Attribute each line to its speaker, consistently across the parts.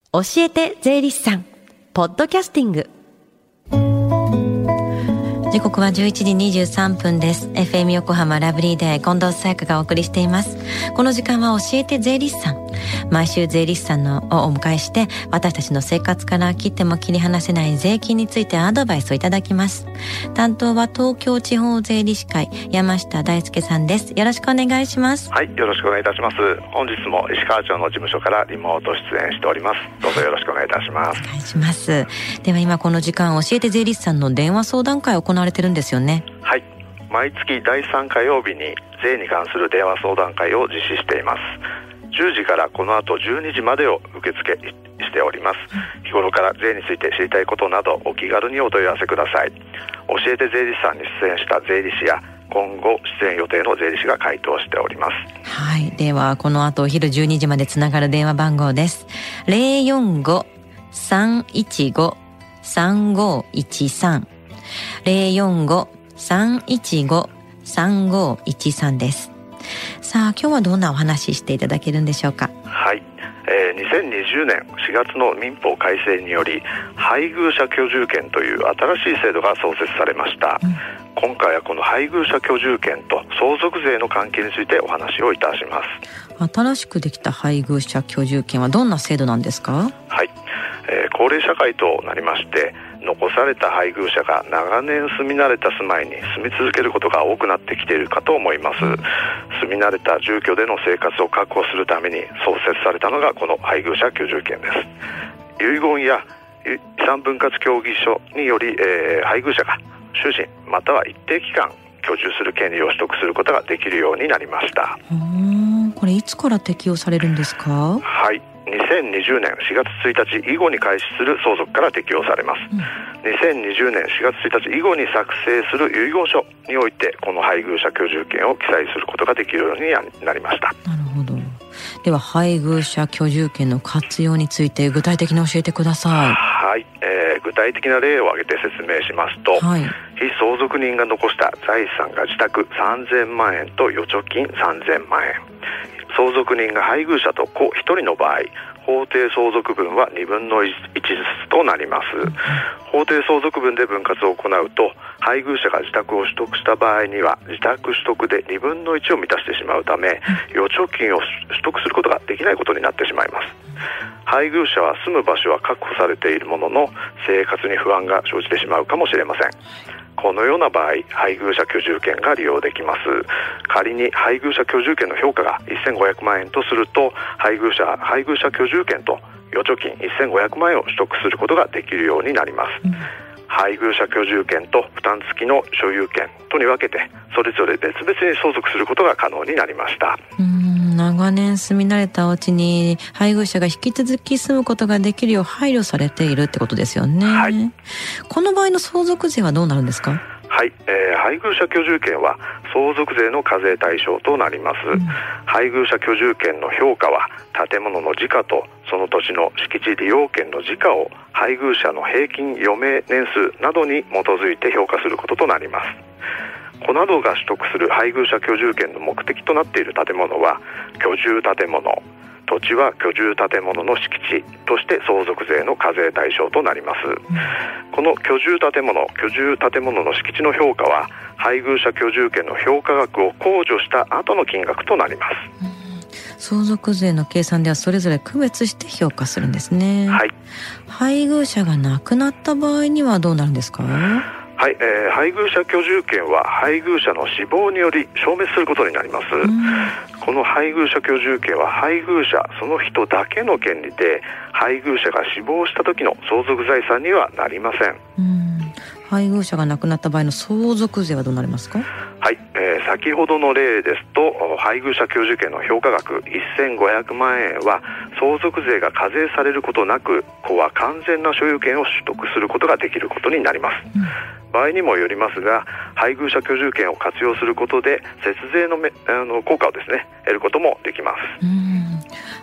Speaker 1: 教えて税理士さんポッドキャスティング。時刻は11時23分です。 FM 横浜ラブリーデー近藤沙耶香がお送りしています。この時間は教えて税理士さん、毎週税理士さんをお迎えして、私たちの生活から切っても切り離せない税金についてアドバイスをいただきます。担当は東京地方税理士会山下大輔さんです。よろしくお願いします。
Speaker 2: はい、よろしくお願いいたします。本日も石川町の事務所からリモート出演しております。どうぞよろしくお願いいたします。
Speaker 1: お願いします。では今この時間、教えて税理士さんの電話相談会を行われてるんですよね。
Speaker 2: はい、毎月第3火曜日に税に関する電話相談会を実施しています。10時からこの後12時までを受付しております。日頃から税について知りたいことなどお気軽にお問い合わせください。教えて税理士さんに出演した税理士や今後出演予定の税理士が回答しております。
Speaker 1: はい、ではこの後お昼12時までつながる電話番号です。 045-315-3513 045-315-3513 です。さあ今日はどんなお話ししていただけるんでしょうか。
Speaker 2: はい、2020年4月の民法改正により配偶者居住権という新しい制度が創設されました。今回はこの配偶者居住権と相続税の関係についてお話をいたします。
Speaker 1: 新しくできた配偶者居住権はどんな制度なんですか。はい、
Speaker 2: 高齢社会となりまして、残された配偶者が長年住み慣れた住まいに住み続けることが多くなってきているかと思います。住み慣れた住居での生活を確保するために創設されたのがこの配偶者居住権です。遺言や遺産分割協議書により、配偶者が終身または一定期間居住する権利を取得することができるようになりました。
Speaker 1: これいつから適用されるんですか。
Speaker 2: はい、2020年4月1日以後に開始する相続から適用されます。2020年4月1日以後に作成する遺言書においてこの配偶者居住権を記載することができるようになりました。
Speaker 1: なるほど。では配偶者居住権の活用について具体的に教えてください。
Speaker 2: はい、具体的な例を挙げて説明しますと、はい、被相続人が残した財産が自宅3000万円と預貯金3000万円、相続人が配偶者と子1人の場合、法定相続分は2分の1ずつとなります。法定相続分で分割を行うと、配偶者が自宅を取得した場合には自宅取得で2分の1を満たしてしまうため、預貯金を取得することができないことになってしまいます。配偶者は住む場所は確保されているものの、生活に不安が生じてしまうかもしれません。このような場合、配偶者居住権が利用できます。仮に配偶者居住権の評価が1500万円とすると、配偶者居住権と預貯金1500万円を取得することができるようになります。配偶者居住権と負担付きの所有権とに分けて、それぞれ別々に相続することが可能になりました。
Speaker 1: 長年住み慣れたお家に配偶者が引き続き住むことができるよう配慮されているってことですよね。はい、この場合の相続税はどうなるんですか。
Speaker 2: はい、配偶者居住権は相続税の課税対象となります。配偶者居住権の評価は建物の時価とその土地の敷地利用権の時価を配偶者の平均余命年数などに基づいて評価することとなります。子などが取得する配偶者居住権の目的となっている建物は居住建物、土地は居住建物の敷地として相続税の課税対象となります。この居住建物の敷地の評価は配偶者居住権の評価額を控除した後の金額となります。
Speaker 1: 相続税の計算ではそれぞれ区別して評価するんですね。はい、配偶者が亡くなった場合にはどうなるんですか。
Speaker 2: はい、配偶者居住権は配偶者の死亡により消滅することになります。この配偶者居住権は配偶者その人だけの権利で、配偶者が死亡した時の相続財産にはなりません。
Speaker 1: 配偶者が亡くなった場合の相続税はどうなりますか。
Speaker 2: はい、先ほどの例ですと、配偶者居住権の評価額1500万円は相続税が課税されることなく、子は完全な所有権を取得することができることになります。場合にもよりますが、配偶者居住権を活用することで節税の効果をですね、得ることもできます。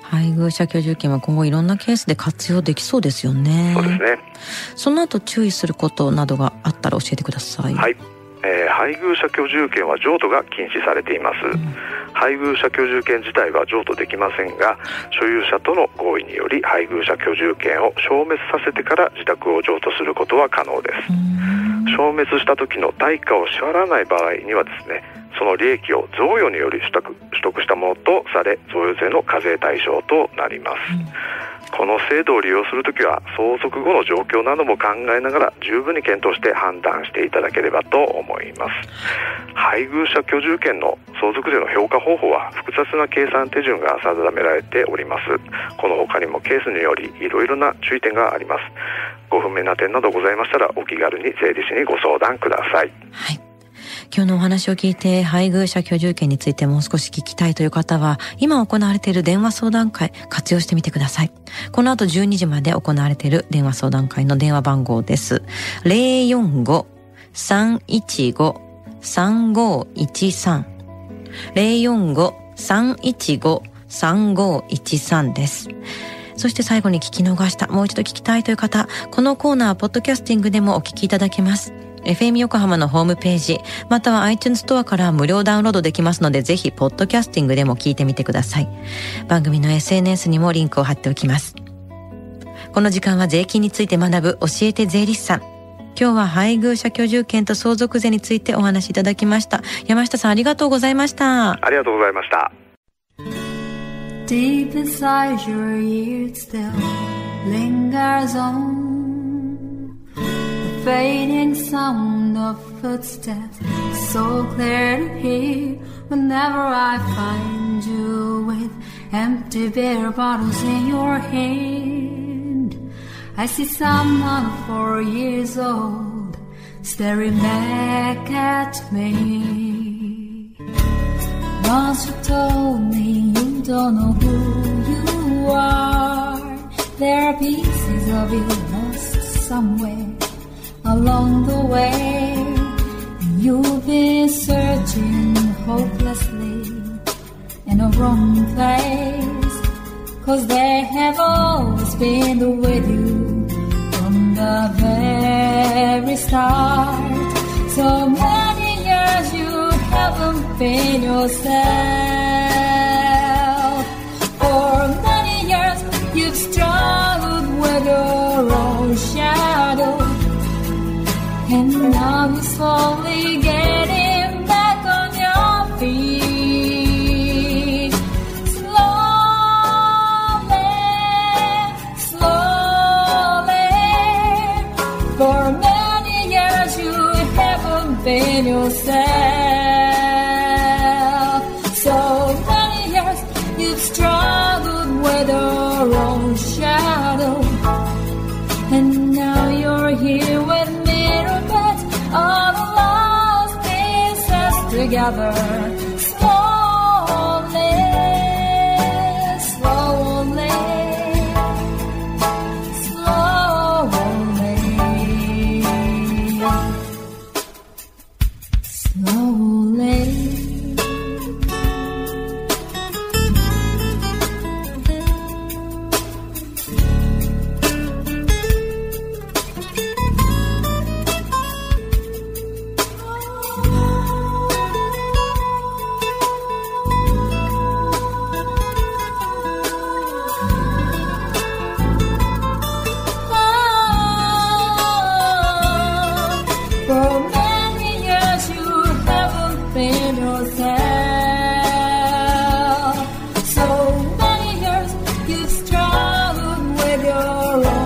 Speaker 1: 配偶者居住権は今後いろんなケースで活用できそうですよね。
Speaker 2: そうですね。
Speaker 1: その後注意することなどがあったら教えてください。
Speaker 2: はい、配偶者居住権は譲渡が禁止されています。 配偶者居住権自体は譲渡できませんが、所有者との合意により配偶者居住権を消滅させてから自宅を譲渡することは可能です。消滅した時の対価を支払わない場合にはですね、その利益を贈与により取得したものとされ、贈与税の課税対象となります。この制度を利用するときは相続後の状況なども考えながら十分に検討して判断していただければと思います。配偶者居住権の相続税の評価方法は複雑な計算手順が定められております。この他にもケースによりいろいろな注意点があります。ご不明な点などございましたらお気軽に税理士にご相談ください。
Speaker 1: はい。今日のお話を聞いて配偶者居住権についてもう少し聞きたいという方は、今行われている電話相談会活用してみてください。この後12時まで行われている電話相談会の電話番号です。045-315-3513 045-315-3513です。そして最後に聞き逃した、もう一度聞きたいという方、このコーナーポッドキャスティングでもお聞きいただけます。FM 横浜のホームページ、または iTunes ストアから無料ダウンロードできますので、ぜひポッドキャスティングでも聞いてみてください。番組の SNS にもリンクを貼っておきます。この時間は税金について学ぶ教えて税理士さん。今日は配偶者居住権と相続税についてお話しいただきました。山下さん、ありがとうございました。
Speaker 2: ありがとうございました。
Speaker 3: Deep inside your ears still lingers on fading sound of footsteps, so clear to hear whenever I find you with empty beer bottles in your hand. I see someone 4 years old staring back at me. Once you told me you don't know who you are, there are pieces of you lost somewhere.Along the way, you've been searching hopelessly in a wrong place, 'cause they have always been with you from the very start. So many years you haven't been yourself. For many years you've struggled with your own shadow.And now you're slowly getting back on your feet. Slowly, slowly. For many years you haven't been yourself. So many years you've struggled with your own shadow. And now you're here with me.All the lost pieces together, slowly, slowly, slowly, slowly.「